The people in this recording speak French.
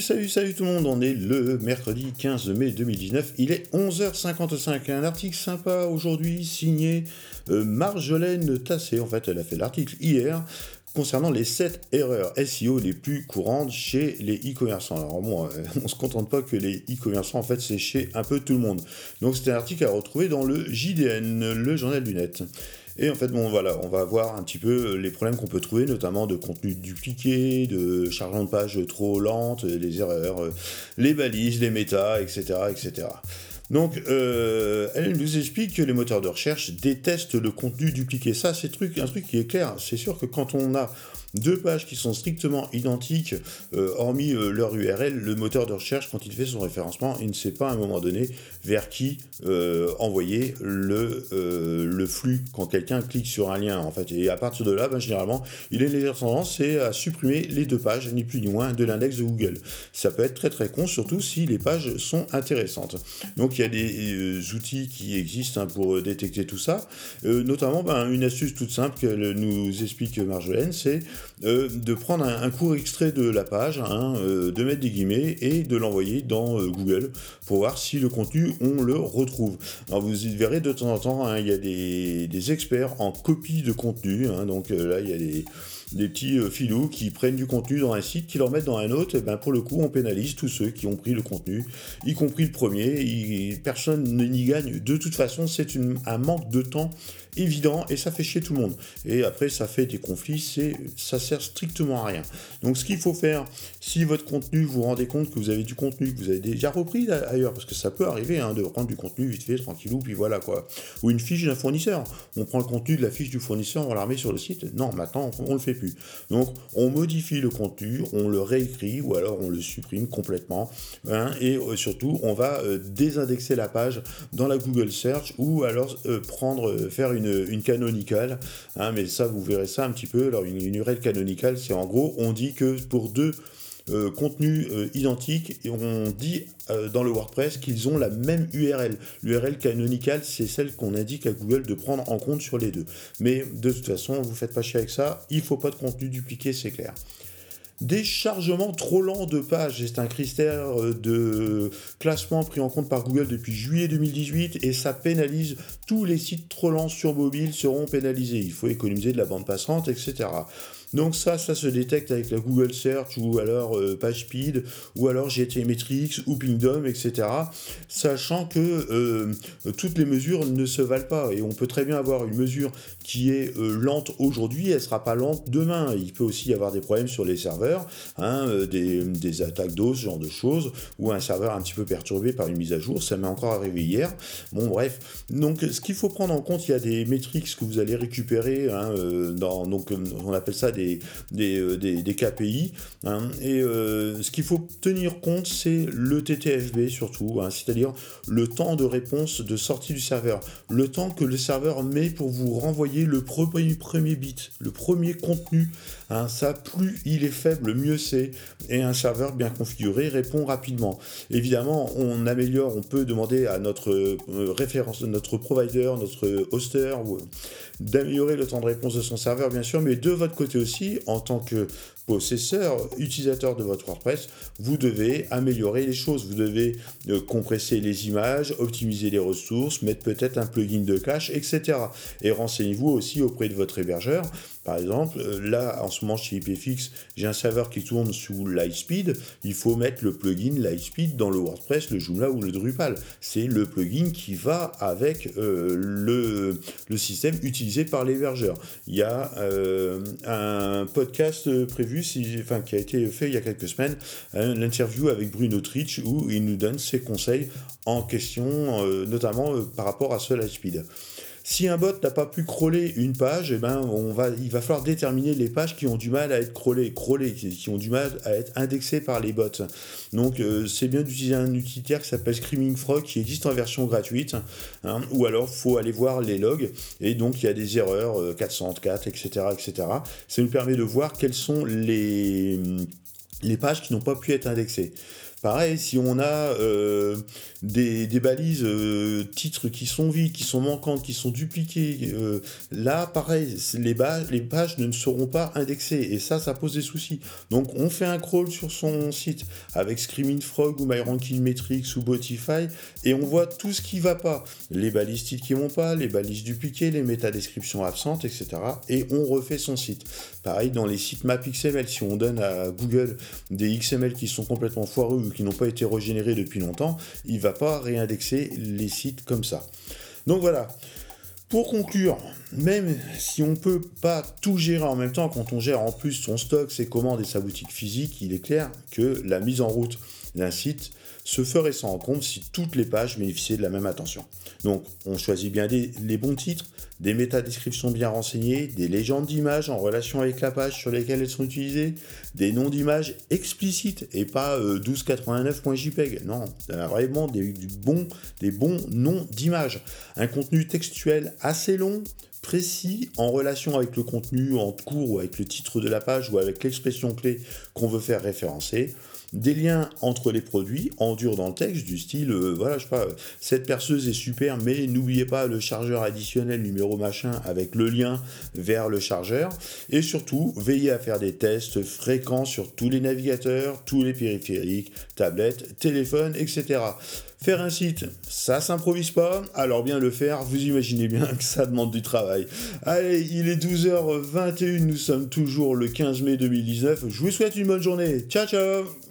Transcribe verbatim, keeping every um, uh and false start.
salut, salut tout le monde, on est le mercredi quinze mai deux mille dix-neuf, il est onze heures cinquante-cinq, un article sympa aujourd'hui signé euh, Marjolaine Tassé, en fait elle a fait l'article hier, concernant les sept erreurs S E O les plus courantes chez les e-commerçants. Alors bon, euh, on ne se contente pas que les e-commerçants, en fait c'est chez un peu tout le monde. Donc c'est un article à retrouver dans le J D N, le journal du net. Et en fait, bon, voilà, on va voir un petit peu les problèmes qu'on peut trouver, notamment de contenu dupliqué, de chargement de page trop lente, les erreurs, les balises, les méta, et cetera, et cetera. Donc, euh, elle nous explique que les moteurs de recherche détestent le contenu dupliqué. Ça, c'est truc, un truc qui est clair. C'est sûr que quand on a deux pages qui sont strictement identiques, euh, hormis euh, leur U R L, le moteur de recherche, quand il fait son référencement, il ne sait pas à un moment donné vers qui euh, envoyer le, euh, le flux quand quelqu'un clique sur un lien, en fait. Et à partir de là, ben, généralement, il a une légère tendance, c'est à supprimer les deux pages, ni plus ni moins, de l'index de Google. Ça peut être très très con, surtout si les pages sont intéressantes. Donc, il y a des euh, outils qui existent hein, pour détecter tout ça, euh, notamment ben, une astuce toute simple qu'elle nous explique Marjolaine, c'est Euh, de prendre un, un court extrait de la page, hein, euh, de mettre des guillemets et de l'envoyer dans euh, Google pour voir si le contenu, on le retrouve. Alors vous verrez de temps en temps, hein, il y a des, des experts en copie de contenu, hein, donc euh, là il y a des... des petits euh, filous qui prennent du contenu dans un site, qui le remettent dans un autre, et ben pour le coup on pénalise tous ceux qui ont pris le contenu, y compris le premier, y, personne n'y gagne. De toute façon, c'est une, un manque de temps évident et ça fait chier tout le monde. Et après ça fait des conflits, c'est, ça sert strictement à rien. Donc ce qu'il faut faire, si votre contenu, vous vous rendez compte que vous avez du contenu que vous avez déjà repris ailleurs, parce que ça peut arriver hein, de reprendre du contenu vite fait, tranquillou, puis voilà quoi. Ou une fiche d'un fournisseur. On prend le contenu de la fiche du fournisseur, on la remet sur le site. Non, maintenant on, on le fait plus. Donc on modifie le contenu, on le réécrit ou alors on le supprime complètement hein, et euh, surtout on va euh, désindexer la page dans la Google Search ou alors euh, prendre, euh, faire une, une canonical, hein, mais ça vous verrez ça un petit peu. Alors une, une U R L canonical, c'est en gros on dit que pour deux Euh, contenus euh, identiques et on dit euh, dans le WordPress qu'ils ont la même U R L. L'U R L canonical, c'est celle qu'on indique à Google de prendre en compte sur les deux. Mais de toute façon, vous faites pas chier avec ça, il faut pas de contenu dupliqué, c'est clair. Des chargements trop lents de pages, c'est un critère de classement pris en compte par Google depuis juillet deux mille dix-huit et ça pénalise tous les sites trop lents sur mobile seront pénalisés. Il faut économiser de la bande passante, et cetera. Donc ça, ça se détecte avec la Google Search ou alors euh, PageSpeed ou alors G T Metrix ou Pingdom, et cetera. Sachant que euh, toutes les mesures ne se valent pas et on peut très bien avoir une mesure qui est euh, lente aujourd'hui, elle sera pas lente demain. Il peut aussi y avoir des problèmes sur les serveurs, hein, euh, des, des attaques d'O S, ce genre de choses, ou un serveur un petit peu perturbé par une mise à jour. Ça m'est encore arrivé hier. Bon bref, donc ce qu'il faut prendre en compte, il y a des métriques que vous allez récupérer, hein, euh, dans, donc on appelle ça des, des, euh, des, des K P I, hein, et euh, ce qu'il faut tenir compte, c'est le T T F B surtout, hein, c'est-à-dire le temps de réponse de sortie du serveur, le temps que le serveur met pour vous renvoyer le premier, premier bit, le premier contenu, hein, ça, plus il est faible, mieux c'est, et un serveur bien configuré répond rapidement. Évidemment, on améliore, on peut demander à notre euh, référence, notre provider, notre hoster, ou, d'améliorer le temps de réponse de son serveur, bien sûr, mais de votre côté aussi, en tant que possesseur, utilisateur de votre WordPress, vous devez améliorer les choses. Vous devez euh, compresser les images, optimiser les ressources, mettre peut-être un plugin de cache, et cetera. Et renseignez-vous aussi auprès de votre hébergeur. Par exemple, là, en ce moment, chez I P F X, j'ai un serveur qui tourne sous Lightspeed. Il faut mettre le plugin Lightspeed dans le WordPress, le Joomla ou le Drupal. C'est le plugin qui va avec euh, le, le système utilisé par l'hébergeur. Il y a euh, un podcast prévu, si, enfin, qui a été fait il y a quelques semaines, hein, l'interview avec Bruno Tritsch, où il nous donne ses conseils en question, euh, notamment euh, par rapport à ce Lightspeed. Si un bot n'a pas pu crawler une page, eh ben on va, il va falloir déterminer les pages qui ont du mal à être crawlées, crawlées qui ont du mal à être indexées par les bots. Donc euh, c'est bien d'utiliser un utilitaire qui s'appelle Screaming Frog, qui existe en version gratuite, hein, ou alors il faut aller voir les logs, et donc il y a des erreurs, euh, quatre cent quatre, et cetera, et cetera. Ça nous permet de voir quelles sont les, les pages qui n'ont pas pu être indexées. Pareil, si on a euh, des, des balises euh, titres qui sont vides, qui sont manquantes, qui sont dupliquées, euh, là, pareil, les, ba- les pages ne seront pas indexées. Et ça, ça pose des soucis. Donc, on fait un crawl sur son site avec Screaming Frog ou MyRankingMetrics ou Botify et on voit tout ce qui ne va pas. Les balises titres qui ne vont pas, les balises dupliquées, les métadescriptions absentes, et cetera. Et on refait son site. Pareil, dans les sitemap X M L, si on donne à Google des X M L qui sont complètement foireux ou qui n'ont pas été régénérés depuis longtemps, il ne va pas réindexer les sites comme ça. Donc voilà. Pour conclure, même si on ne peut pas tout gérer en même temps, quand on gère en plus son stock, ses commandes et sa boutique physique, il est clair que la mise en route d'un site se ferait sans rencontre si toutes les pages bénéficiaient de la même attention. Donc, on choisit bien des, les bons titres, des métadescriptions bien renseignées, des légendes d'images en relation avec la page sur lesquelles elles sont utilisées, des noms d'images explicites et pas euh, douze quatre-vingt-neuf.jpg. Non, vraiment des, du bon, des bons noms d'images. Un contenu textuel assez long, précis, en relation avec le contenu en cours ou avec le titre de la page ou avec l'expression clé qu'on veut faire référencer. Des liens entre les produits en dur dans le texte du style euh, voilà je sais pas euh, cette perceuse est super mais n'oubliez pas le chargeur additionnel numéro machin avec le lien vers le chargeur et surtout veillez à faire des tests fréquents sur tous les navigateurs, tous les périphériques, tablettes, téléphones, et cetera. Faire un site, ça s'improvise pas, alors bien le faire, vous imaginez bien que ça demande du travail. Allez, il est douze heures vingt et une, nous sommes toujours le quinze mai deux mille dix-neuf, je vous souhaite une bonne journée, ciao ciao.